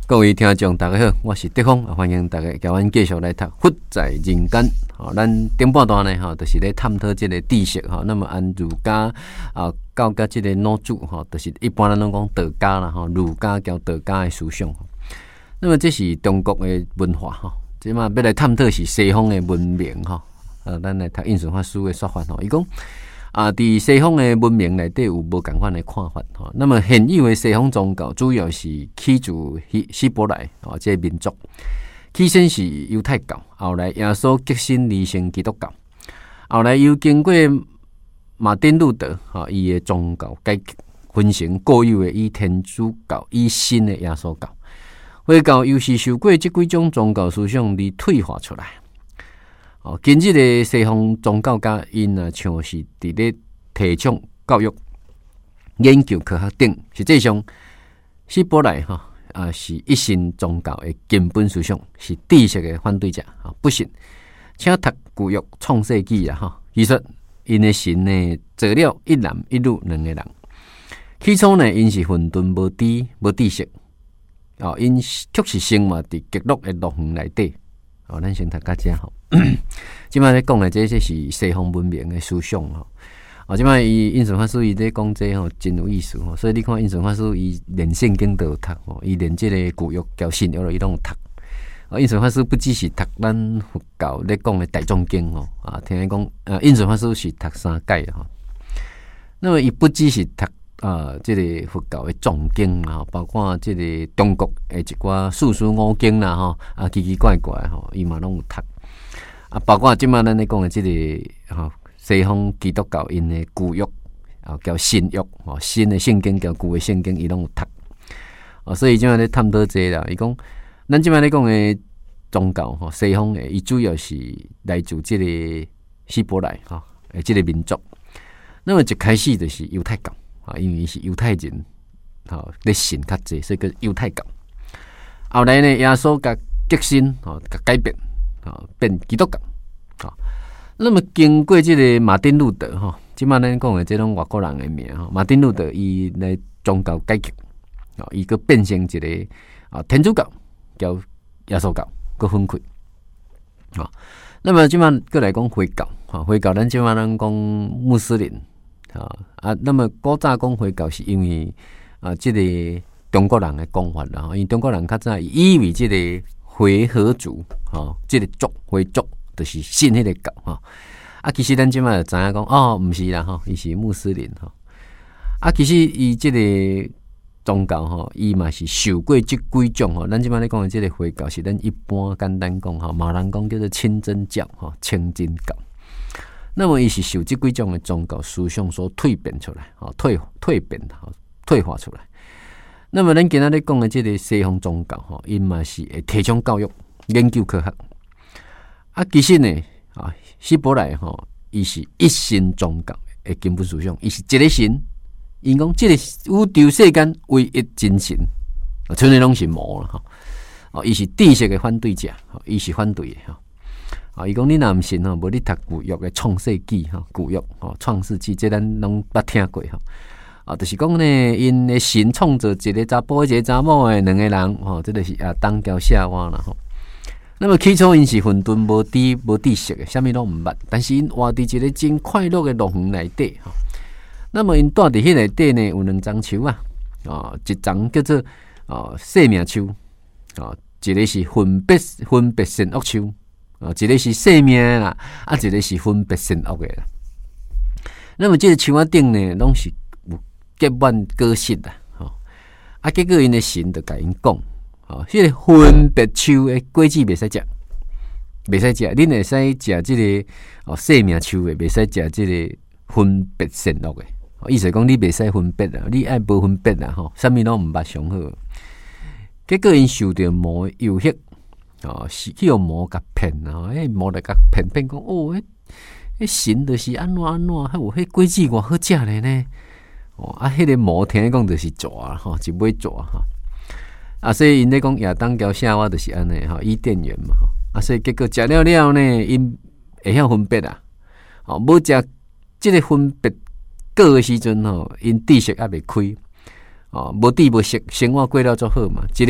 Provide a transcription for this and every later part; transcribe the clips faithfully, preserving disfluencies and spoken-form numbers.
各位听众大家好，我是德峰，欢迎大家甲阮继续来读《佛在人间》。好，咱顶半段呢，哈，就是咧探讨这个知识哈。那么按儒家啊，到甲这个老祖哈，就是一般咱拢讲道家啦哈，儒家交道家的思想。那么这是中国的文化哈，即嘛要来探讨是西方的文明哈。呃，咱来读印顺法师的说法吼，伊讲。啊，伫西方的文明内底有无共款的看法吼。那么现有的西方宗教主要是起自希希伯来哦，这个民族起先是犹太教，后来耶稣革新而成基督教，后来又经过马丁路德哈伊的宗教改革，分成固有的以天主教以新的耶稣教，回教又是受过这几种宗教思想而退化出来。哦，今日的西方宗教家因啊，像是伫咧提倡教育、研究科学等，实际上希伯来哈啊是一神宗教的根本思想，是知识的反对者啊，不信，请读古约创世纪啊哈。其实因的神呢，做了一男一女两个人。起初呢，因是混沌无知、无知识，哦，因确实生活伫极乐的乐园内底。哦，咱先读到这吼。即摆咧讲的这些是西方文明的思想吼。哦，即摆伊印顺法师伊咧讲这吼真有意思吼，所以你看印顺法师伊连圣经都有读吼，伊连这个古约交新约伊拢有读。哦，印顺法师不只是读咱佛教咧讲的大众经吼，啊，听人讲，呃，印顺法师是读三届吼。那么伊不只是读啊，这个佛教的藏经啦，包括这个中国的一寡四书五经啦，吼啊奇奇怪怪吼，伊嘛拢有读啊，包括即摆咱咧讲的这个吼西方基督教因的古约啊，叫新约吼，新的圣经叫旧的圣经，伊拢有读啊，所以即摆咧探讨这啦，伊讲咱即摆咧讲的宗教吼，西方的伊主要是来自这个希伯来吼诶，这个民族，那么一开始就是犹太教。啊，因为是犹太人，吼，咧信较济，所以叫犹太教。后来呢，耶稣甲革新，吼，甲改变，吼，变基督教。好，那么经过这个马丁路德，吼，即摆咱讲的这种外国人的名，吼，马丁路德伊来宗教改革，吼，伊个变成一个啊天主教，叫耶稣教，个分开。好，那么即摆过来讲回教，吼，回教咱即摆咱讲穆斯林。啊啊，那么古早讲回教是因为啊，这个中国人的讲法啦，因为中国人较早以为这个回纥族，吼，这个族回族就是信迄个教，吼。啊，其实咱即摆就知影讲，哦，毋是啦，吼，伊是穆斯林，吼。啊，其实伊这个宗教，吼，伊嘛是受过这几种，吼。咱即摆咧讲的这个回教是咱一般简单讲，吼，马人讲叫做清真教，吼，清真教。那么，伊是受这几种的宗教思想所蜕变出来，哦，蜕蜕变，哦，退化出来。那么，咱今仔日讲的这个西方宗教，吼，因嘛是会提倡教育、研究科学。啊，其实呢，啊，希伯来吼，伊是一神宗教的根本思想，伊是一个神，因讲这个宇宙世间唯一真神，剩的拢是无啦，吼。哦，伊是知识的反对者，哦，伊是反对的，吼。啊！伊讲你若毋信吼，无你读古约的创世纪吼，古约吼创世纪，这咱拢捌听过吼。啊，就是讲呢，因的神创造一个查甫一个查某的两个人吼，这就是亚当交夏娃啦吼。那么起初因是混沌无知无知识的，啥物拢毋捌，但是因活伫一个真快乐的乐园内底吼。那么因住伫迄内底呢，有两丛树啊，啊，一丛叫做啊生命树，啊，一个是分别分别善恶树。啊，一个是生命啦，啊，一个是分别善恶的啦。那么这个树仔顶呢，拢是有结满果实啦，吼。啊，结果因的神就甲因讲，吼，迄个分别树的果子袂使食，袂使食，恁会使食这个哦生命树的，袂使食这个分别善恶的。意思讲你袂使分别啦，你爱无分别啦，吼，啥物拢毋捌上好。结果因受到魔诱惑。哦，是去用魔甲骗啊！迄魔来甲骗骗讲哦，迄迄神就是安怎安怎，还有迄果子偌好食咧呢？哦，啊，迄个魔听讲就是蛇吼，一尾蛇吼。啊，所以因咧讲亚当交夏娃就是安尼吼，伊甸园嘛吼。啊，所以结果食了了呢，因会晓分别啊。哦，无食即个分别果的时阵吼，因知识还袂开。哦，无知无识，生活过了足好嘛。一个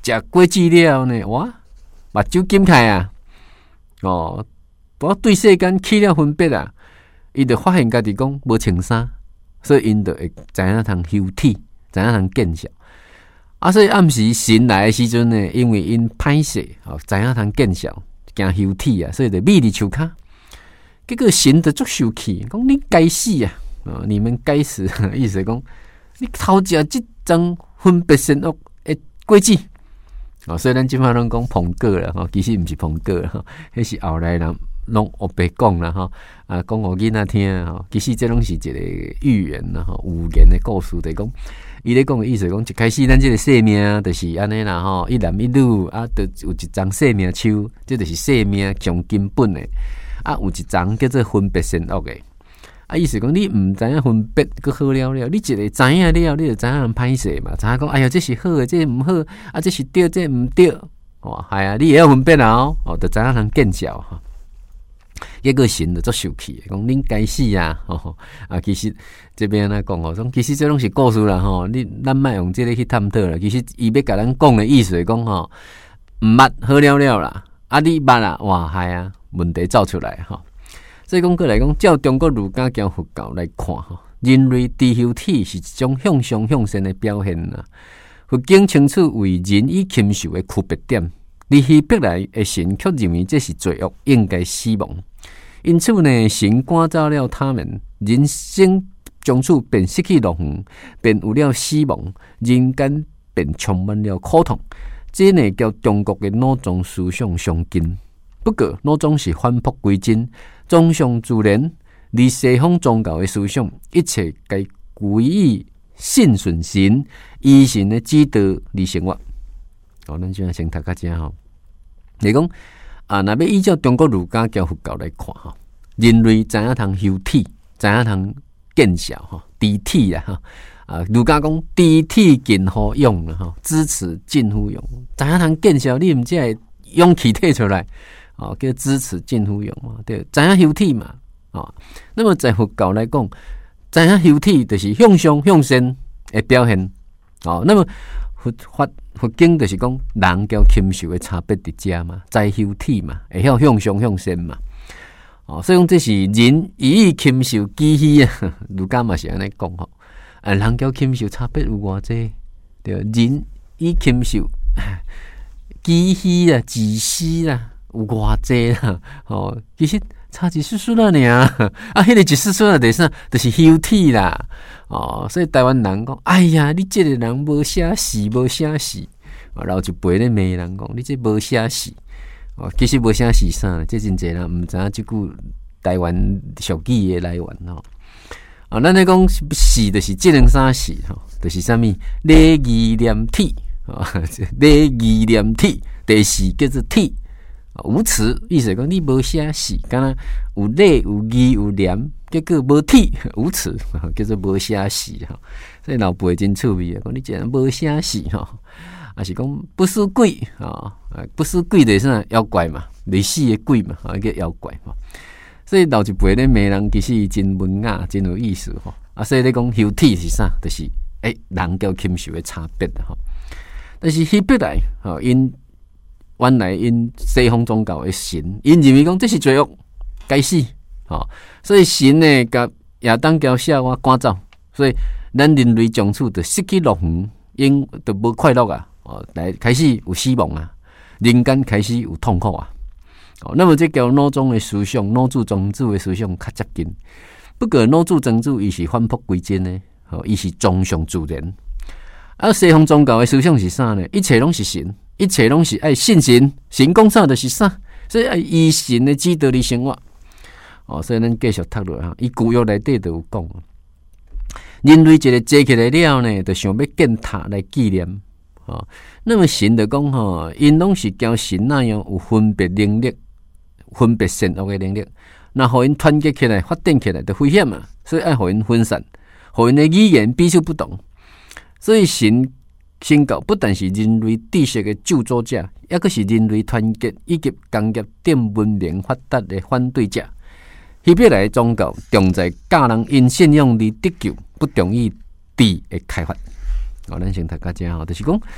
食果子了呢，哇，目睭金开啊！哦，我对世间起了分别啊，伊就发现家己讲无穿衫，所以因就会知影通休体，知影通见效。啊，所以暗时神来的时阵呢，因为因歹势，哦，知影通见效，惊休体啊，所以就mit伫树骹。结果神就足生气，讲你该死啊！哦，你们该死，意思讲你偷食即张分别善恶的果子。哦，所以咱即摆拢讲苹果啦，吼，其实毋是苹果啦，迄是后来人拢学白讲啦，吼，啊，讲互囡仔听吼，其实这拢是一个寓言啦，吼，寓言的故事，就讲伊咧讲的意思，讲一开始咱即个生命就是安尼啦，吼，一男一女啊，都有一张生命树，这就是生命上根本的。啊，有一张叫做分别善恶的，啊，意思讲你毋知影分别，佮好了了，你一个知影了，你就知影人歹势嘛，知影讲，哎呀，这是好的，这毋好，啊，这是对，这毋对，哦，系啊，你也要分别啦哦，哦，就知影人见效哈。结果神就足生气，讲恁该死啊，吼啊，其实这边来讲吼，其实这拢是故事啦吼，你咱莫用这个去探讨啦，其实伊要甲咱讲的意思讲吼，毋捌好了了啦，啊，你捌啦，哇，系啊。问题走出来哈，所以讲过来讲，照中国儒家教佛教来看哈，人类知休体是一种向上向善的表现呐。佛经清楚为人与禽兽的区别点，而希伯来的神却认为这是罪恶，应该死亡。因此呢，神赶走了他们，人生从此便失去乐园，便有了死亡，人间便充满了苦痛。这呢，叫中国的脑中思想相近。不过，那总是返璞归真，崇尚自然，离西方宗教的思想，一切该归于信顺神，依神的指导来生活。哦，咱现在先读到这吼。你讲啊，若要依照中国儒家教佛教来看哈，人类知影通休体，知影通见效哈，知体啦哈。啊，儒家讲知体近乎勇啦哈，知耻近乎勇，知影通见效，你毋才会勇气摕出来。哦，叫知耻近乎勇嘛，对，知影休体嘛，哦，那么在佛教来讲，知影休体就是向上向善的表现，哦，那么佛法佛经就是讲人交禽兽的差别伫遮嘛，知休体嘛，会晓向上向善嘛，哦，所以讲这是人以禽兽忌虚啊，儒家嘛是安尼讲吼，啊，人交禽兽差别有偌济，对，人以禽兽忌虚啊，自私啦。有偌济啦，哦，其实差一丝丝啦尔，啊，迄个一丝丝啦，就是啥，就是休体啦，哦，所以台湾人讲，哎呀，你这个人无写死，无写死，啊，然后一辈咧骂人讲，你这无写死，哦，其实无写死啥，这真济人毋知影即句台湾俗语的来源吼，啊，咱咧讲死，就是即两三死吼，就是啥物礼义廉体，啊，礼义廉体，第四叫做体。无耻意思讲你无写死，敢若有礼有义有廉，结果无体无耻，叫做无写死哈。所以老辈真趣味啊，讲你既然无写死哈，还是讲不识鬼啊？不识鬼就是啥妖怪嘛，未死的鬼嘛，啊叫妖怪嘛。所以老一辈咧骂人，其实真文雅，真有意思吼。啊，所以咧讲休体是啥？就是诶、欸，人交禽兽的差别哈。但是希伯来吼因。原来因西方宗教的神，因认为讲这是罪恶，该死，哦，所以神呢，甲亚当交夏娃赶走，所以咱人类从此就失去乐园，因就无快乐啊，哦，来开始有死亡啊，人间开始有痛苦啊，哦，那么这叫脑中的思想，脑子宗主的思想较接近，不过脑子宗主伊是返璞归真的，哦，伊是崇尚自然，啊，西方宗教的思想是啥呢？一切拢是神。一切拢是爱信神，神讲啥就是啥，所以爱依神的指导来生活。哦，所以咱继续读落哈，伊旧约内底就有讲，人类一个坐起来了呢，就想要建塔来纪念。哦，那么神就讲吼，因拢是交神那样有分别能力、分别善恶的能力，那互因团结起来、发展起来就危险嘛，所以爱互因分散，互因的语言彼此不同，所以神。宣告不但是人类知识的救助者，也个是人类团结以及工业等文明发达的反对者。希伯来宗教重在教人因信仰而得救，不重于智的开发。哦，咱先读到这吼，就是讲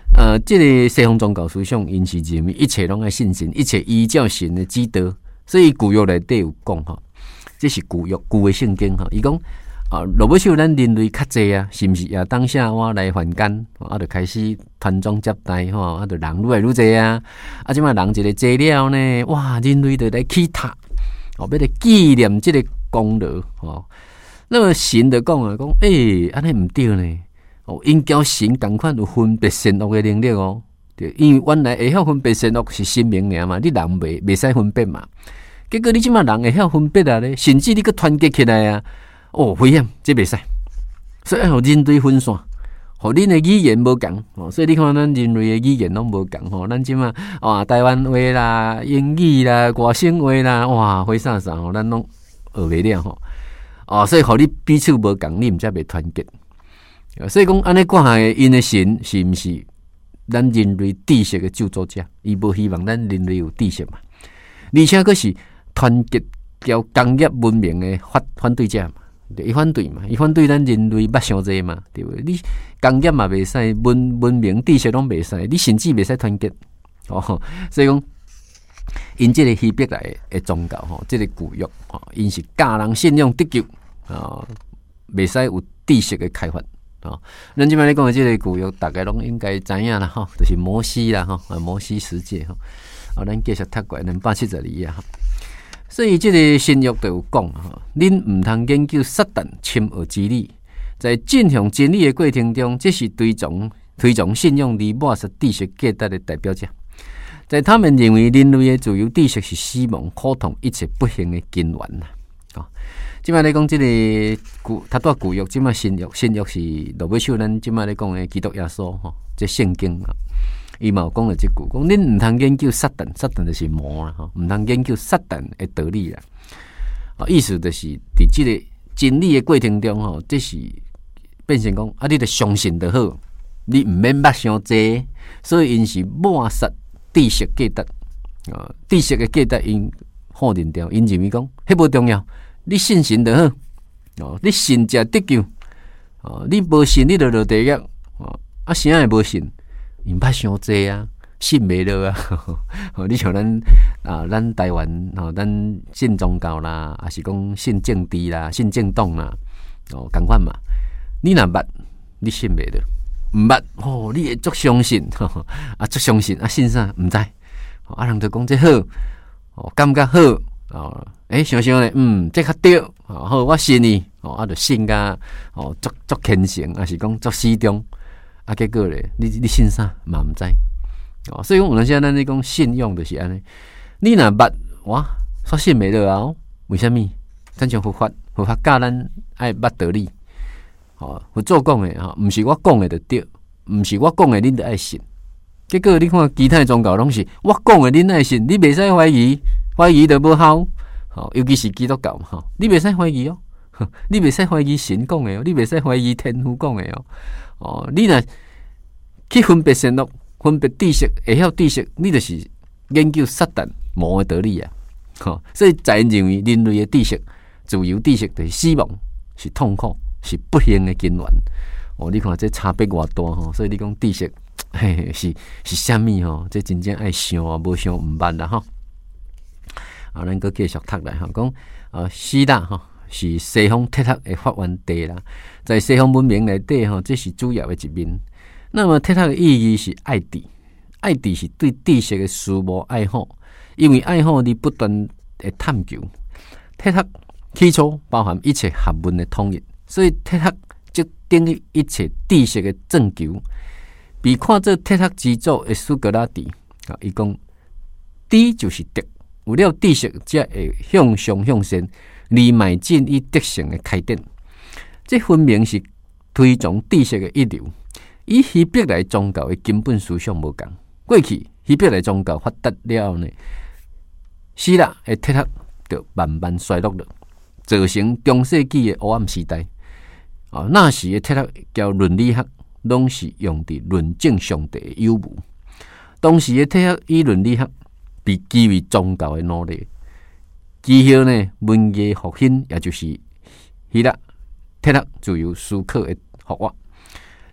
呃，这个西方宗教思想，因是认为一切拢爱信神，一切依照神的指导，所以旧约内底有讲吼，这是旧约旧的圣经吼，伊讲啊，若要求咱人类较济啊，是毋是也当下我来凡间，啊，就开始传宗接代吼，啊，就人愈来愈济啊，啊，即马人一个济了呢，哇，人类就来起塔，哦，要来纪念这个功劳吼。那么神就讲啊，讲诶，安尼毋对呢。哦，因交神共款有分别善恶的能力哦，对，因为原来会晓分别善恶是神明尔嘛，你人袂袂使分别嘛。结果你即马人会晓分别啊咧，甚至你个团结起来啊，哦，危险，这袂使。所以互人类分散，互恁的语言无共哦，所以你看咱人类的语言拢无共吼，咱即马哇台湾话啦、英语啦、外省话啦，哇，花啥啥吼，咱拢学袂了吼。哦，所以互你彼此无共，你毋则袂团结。所以讲，安尼看下因的神是毋是咱人类知识的救助者？伊无希望咱人类有知识嘛？而且佫是团结交工业文明的反反对者嘛？伊反对嘛？伊反对咱人类捌伤济嘛？对不？你工业嘛袂使，文文明知识拢袂使，你甚至袂使团结哦。所以讲，因这个希伯来的宗教吼，这个旧约吼，因是教人信仰得救啊，袂使有知识的开发。哦，咱即摆咧讲的这个旧约，大概拢应该知影啦，吼，就是摩西啦，吼，啊，摩西十诫，吼，啊，咱继续读过两百七十二啊，所以这个新约就有讲，吼，恁唔通研究撒旦侵恶之理，在进向真理的过程中，这是推崇推崇信仰而抹杀知识价值的代表者，在他们认为人类的自由知识是死亡、苦痛、一切不幸的根源啦，哦。即摆咧讲，即个旧他多旧约，即摆新约，新约是罗尾手咱即摆咧讲的基督耶稣吼，即圣经啊，伊嘛有讲了即句，讲恁毋通研究撒旦，撒旦就是魔啦，吼，毋通研究撒旦的道理啦。啊，意思就是伫即个真理的过程中吼，这是变成讲啊，你著相信就好，你毋免捌伤济，所以因是抹杀知识价值啊，知识的价值因否认掉，因认为讲迄无重要。你信神就好，哦，你信才得救，哦，你无信你就落地狱，哦，啊，啥会无信？因捌伤济啊，信袂落啊，哦，你像咱啊，咱台湾哦，咱信宗教啦，还是讲信政治啦，信政党啦，哦，共款嘛。你若捌，你信袂落；毋捌，哦，你会足相信，呵呵啊，足相信啊，信啥毋知，哦，啊，人就讲这好，哦，感觉好。哦，诶、欸，想想咧，嗯，这较对，哦，好，我信你，哦，啊，就信甲，哦，足足虔诚，还是讲足始终，啊，结果咧，你你信啥嘛毋知，哦，所以讲有阵时咱咧讲信用就是安尼，你若捌哇，煞信袂落啊，为虾米？咱像佛法，佛法教咱爱捌道理，哦，佛祖讲诶，吼，毋是我讲诶就对，毋是我讲诶恁就爱信，结果你看其他宗教拢是我讲诶恁爱信，你袂使怀疑。怀疑就无效，吼，尤其是基督教吼，你袂使怀疑哦，你袂使怀疑神讲的哦，你袂使怀疑天父讲的哦，哦，你若去分别善恶，分别知识，会晓知识，你就是研究撒旦魔的道理啊，吼，所以在认为人类的知识，自由知识就是死亡，是痛苦，是不幸的根源。哦，你看这差别偌大吼，所以你讲知识，嘿嘿，是是啥物吼？这真正爱想啊，无想毋捌啦吼。啊，咱阁继续读来哈，讲啊，希腊哈是西方铁塔的发源地啦，在西方文明内底哈，这是主要的一面。那么铁塔的意义是爱智，爱智是对知识的事物爱好，因为爱好你不断的探究。铁塔起初包含一切学问的统一，所以铁塔就等于一切知识的证求。被看作铁塔之祖的苏格拉底啊，伊讲知就是德。有了知识，才会向上向善，而迈进以德性的开展。这分明是推崇知识的一流，与希伯来宗教的根本思想无同。过去希伯来宗教发达了后呢，希腊的铁塔就慢慢衰落了，造成中世纪的黑暗时代。啊，那时的铁塔叫伦理学，拢是用伫论证上帝的有无。当时的铁塔与伦理学被基于宗教的努力，之后呢，文艺复兴，也就是希腊铁塔自由思考的学话。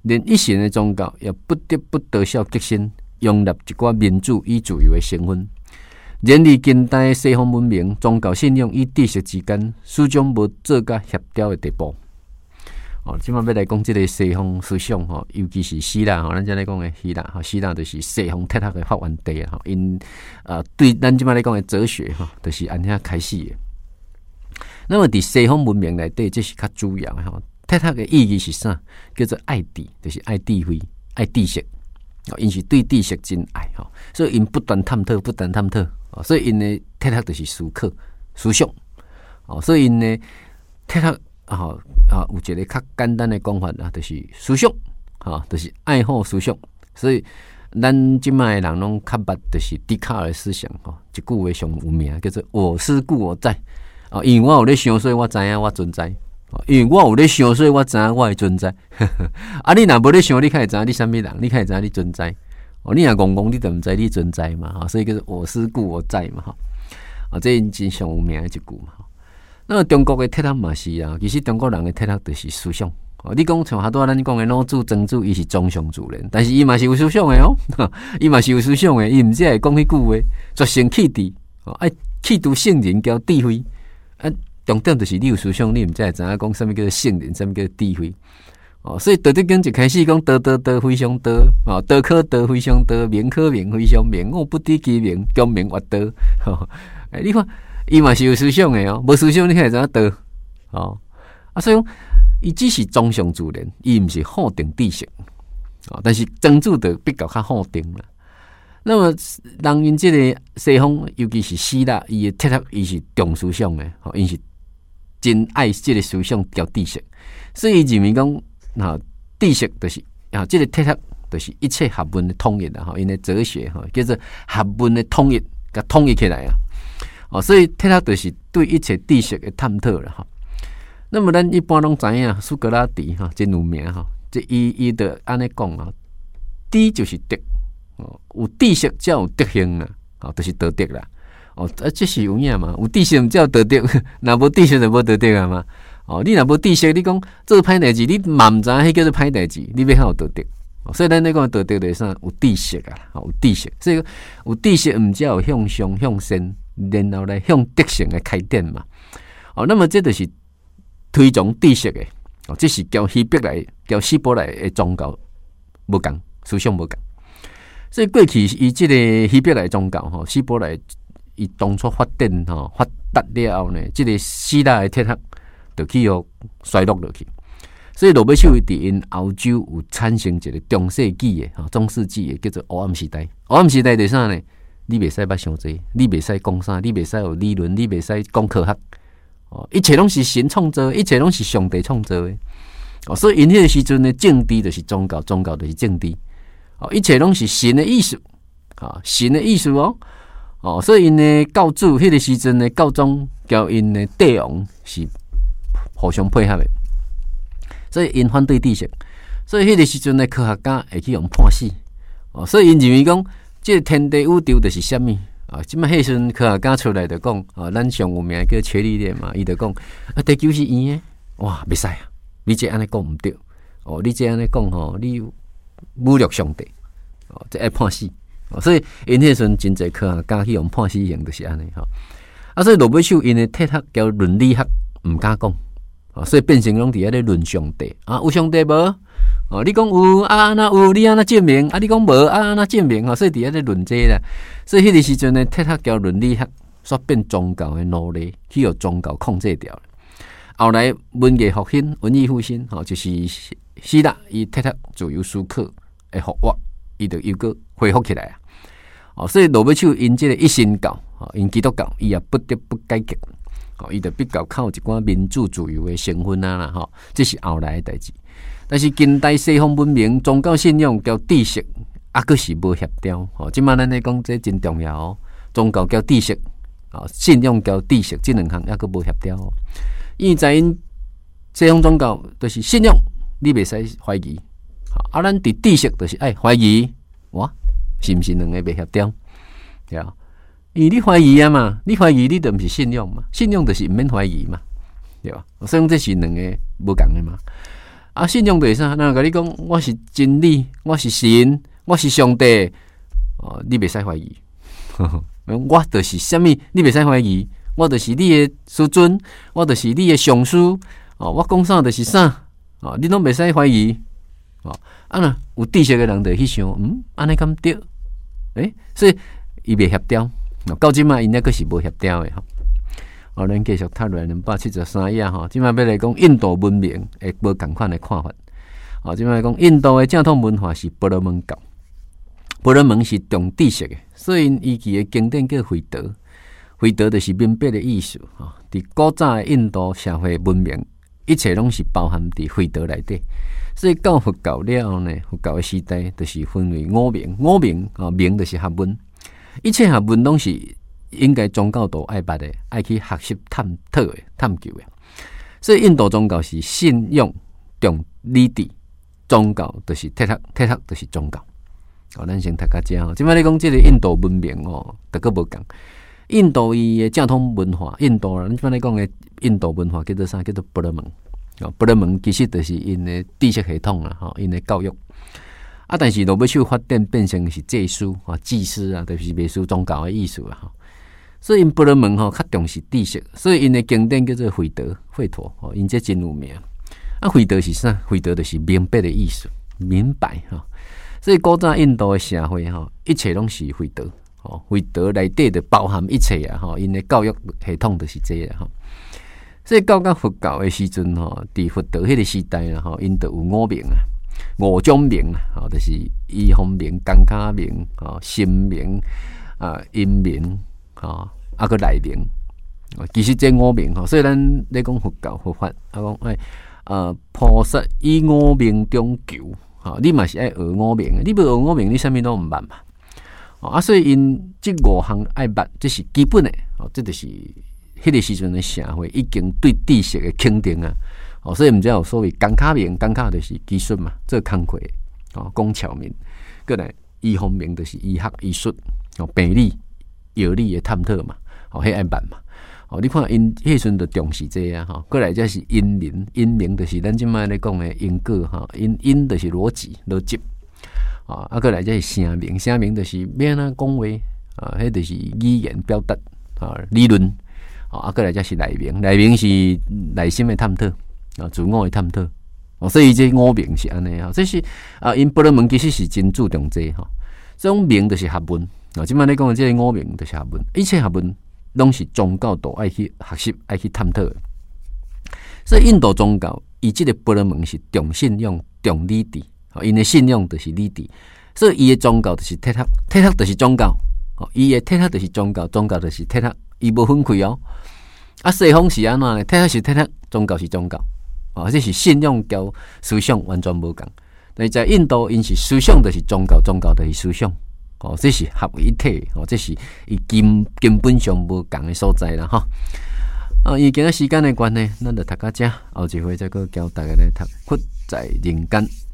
连一神的宗教也不得不得效革新，容纳一寡民主与自由的成分。然而，近代的西方文明、宗教信仰与知识之间，始终无做甲协调的地步。哦，即摆要来讲即个西方思想吼，尤其是希腊吼，咱遮来讲的希腊吼，希腊就是西方哲学的发源地吼，因呃对咱即摆来讲的哲学吼，就是安遐开始的。那么伫西方文明内底，这是较主要吼。哲学的意义是啥？叫做爱智，就是爱智慧、爱知识。哦，因是对知识真爱吼，所以因不断探讨，不断探讨。哦，所以因的哲学就是思考、思想。哦，所以因的哲学吼啊，有一个较简单的讲法啦，就是思想，吼，就是爱好思想。所以咱即卖人拢较捌，就是笛卡尔的思想吼，一句话上有名，叫做“我思故我在”。哦，因为我有咧想，所以我知影我存在。因为我有咧想，所以我知影我的存在。啊，你若无咧想，你开始知影你什么人？你开始知影你存在。哦，你若戆戆，你就毋知你存在嘛。哈，所以叫做我思故我在嘛。哈，啊，这真上有名的一句嘛。那么中国的哲学嘛是啊，其实中国人的哲学就是思想。哦，你讲像好多咱讲的老子、曾子，伊是中上自然，但是伊嘛是有思想的哦。伊嘛是有思想的，伊毋只会讲迄句话，绝成气质。哦，爱气度圣人交智慧。啊。重点就是你有思想，你毋才会知影讲什么叫做圣人，什么叫做智慧。哦，所以道德经一开始讲道道道非常道，哦，道可道非常道，名可名非常名，我不知其名，功名曰道。哦，哎，你看，伊嘛是有思想的哦，无思想你才会知影道。哦，啊，所以讲，伊只是中上自然，伊毋是否定知识。哦，但是曾子就比较较否定啦。那么，人因即个西方，尤其是希腊，伊的哲学伊是重思想的，吼，因是真爱即个思想交知识，所以认为讲，哈，知识就是啊，即个哲学就是一切学问的统一啦，吼，因的哲学吼叫做学问的统一，甲统一起来啊，哦，所以哲学就是对一切知识的探讨啦，哈。那么咱一般拢知影，苏格拉底哈真有名哈，即伊伊的安尼讲啊，知就是德，哦，有知识才有德行啦，哦，就是道德啦。哦，啊，这是有影嘛？有知识才有道德，若无知识就无道德啊嘛。哦，你若无知识，你讲做歹代志，你嘛毋知影迄叫做歹代志，你要how有道德？哦，所以咱咧讲道德就是啥？有知识啊，哦，有知识。所以有知识，毋只有向上向善，然后来向德性的开展嘛。哦，那么这就是推崇知识的。哦，这是交希伯来、交希伯来的宗教无共，思想无共。所以过去伊即个希伯来宗教吼，希伯来。伊当初发展吼发达了后呢，即、这个希腊的哲学就去互衰落落去。所以罗伯秀伫因欧洲有产生一个中世纪的吼中世纪的叫做黑暗时代。黑暗时代就是啥呢？你袂使捌伤济，你袂使讲啥，你袂使有理论，你袂使讲科学。哦，一切拢是神创造的，一切拢是上帝创造的。哦，所以因迄个时阵的政治就是宗教，宗教就是政治。哦，一切拢是神的意思，啊，神的意思哦。哦，所以因的教主迄个时阵的教宗交因的帝王是互相配合的，所以因反对知识，所以迄个时阵的科学家会去用判死。哦，所以因认为讲，这个天地宇宙就是什么？啊，即摆迄时阵科学家出来就讲，啊，咱上有名叫伽利略嘛，伊就讲啊，地球是圆的，哇，袂使啊！你这安尼讲毋对，哦，你这安尼讲吼，你侮辱上帝，哦，这爱判死。所以因迄阵真侪科学家去用判死刑，就是安尼吼。啊，所以罗伯秀因的哲学交伦理学毋敢讲，啊，所以变成拢伫遐咧论上帝啊，有上帝无？哦，你讲有啊，那有你安那证明啊？你讲无啊，那证明吼，所以伫遐咧论这啦。所以迄个时阵呢，哲学交伦理学煞变宗教的奴隶，去由宗教控制掉了。后来文艺复兴、文艺复兴，吼，就是希腊伊哲学自由思考的复活。伊就又个恢复起来啊！哦，所以罗伯秀因这个一神教，哦，因基督教，伊也不得不改革，哦，伊就比较靠一寡民主自由的成分啊啦，吼，这是后来的代志。但是近代西方文明宗教信仰交知识，啊，佫是无协调。哦，即摆咱咧讲这真重要哦，宗教交知识，哦，信仰交知识，这两项抑佫无协调哦。因为在因西方宗教就是信仰，你袂使怀疑。啊，咱伫知识就是爱怀疑，哇，是毋是两个袂协调？对啊，因为你怀疑啊嘛，你怀疑你就毋是信仰嘛，信仰就是毋免怀疑嘛，对吧？所以这是两个无共的嘛。 啊，信仰就是啥？那甲你讲，我是真理，我是神，我是上帝，哦，你袂使怀疑。我就是什么？你袂使怀疑。我就是你的师尊，我就是你的上师。哦，我讲啥就是啥。哦，你拢袂使怀疑。哦，啊那有知识的人就去想，嗯，安尼敢对？诶，所以伊袂协调。到即卖因那个是无协调的吼。哦，咱继续讨论两百七十三页吼。即卖要来讲印度文明诶无共款的看法。哦，即卖讲印度的正统文化是婆罗门教。婆罗门是重知识的，所以伊其的经典叫回德。回德就是明白的意思。吼，伫古早的印度社会文明，一切拢是包含伫回德内底。所以到佛教了后呢，佛教的时代就是分为五明，五明啊，明就是学问，一切学问拢是应该宗教都爱捌的，爱去学习探讨的、探究的。所以印度宗教是信仰重理智，宗教就是铁学，铁学就是宗教。哦，咱先读到这吼。即摆你讲即个印度文明哦，逐个无共。印度伊的正统文化，印度人即摆你讲的印度文化叫做啥？叫做婆罗门。哦，婆罗门其实就是因的知识系统啦，吼，因的教育。啊，但是罗要去发展变成是祭司啊、祭司啊，就是袂输宗教的意思啊。吼，所以因婆罗门吼较重视知识，所以因的经典叫做慧德、慧陀，哦，因这真有名。啊，慧德是啥？慧德就是明白的意思，明白哈。所以古早印度的社会吼，一切拢是慧德，哦，慧德内底就包含一切啊，吼，因的教育系统就是这个吼。所以到到佛教的时阵吼，伫佛陀迄个时代啦吼，因就有五明啊，五种明啊，吼，就是医方明、工卡明、吼心明啊、阴明、吼啊个内明。其实这五明吼，所以咱咧讲佛教佛法，啊讲哎，呃，菩萨以五明中求。哦，你嘛是爱学五明的，你不学五明，你啥物都毋捌嘛。哦，啊，所以因即五项爱捌，这是基本的。哦，这就是迄个时阵的社会已经对知识的肯定啊。哦，所以毋知有所谓工卡明，工卡就是技术嘛，做工课。哦，工巧明，过来医方明就是医学医术，哦，病理、药理的探讨嘛。哦，迄爱捌嘛。哦，你看因迄阵就重视这啊，吼，过来则是因明，因明就是咱即摆咧讲的因果哈，因因就是逻辑逻辑，啊，啊，过来则是声明，声明就是要安怎讲话啊，迄就是语言表达啊，理论，啊，过来则是内明，内明是内心的探讨啊，自我的探讨，哦，所以这五明是安尼啊，这是啊，因婆罗门其实是真注重这哈，这种明就是学问啊，即摆咧讲的这个五明就是学问，一切学问。拢是宗教都爱去学习、爱去探讨的，所以印度宗教伊即个婆罗门是重信仰、重理智，因的信仰就是理智，所以伊的宗教就是铁学，铁学就是宗教，伊的铁学就是宗教，宗教就是铁学，伊无分开哦。啊，西方是安怎呢？铁学是铁学，宗教是宗教，哦，这是信仰交思想完全无共。但是在印度，因是思想就是宗教，宗教就是思想。哦，这是合为一体，哦，这是伊根根本上无共的所在啦，哈。啊，因今仔时间的关系，咱就读到这，后一回再个教大家来读《佛在人间》。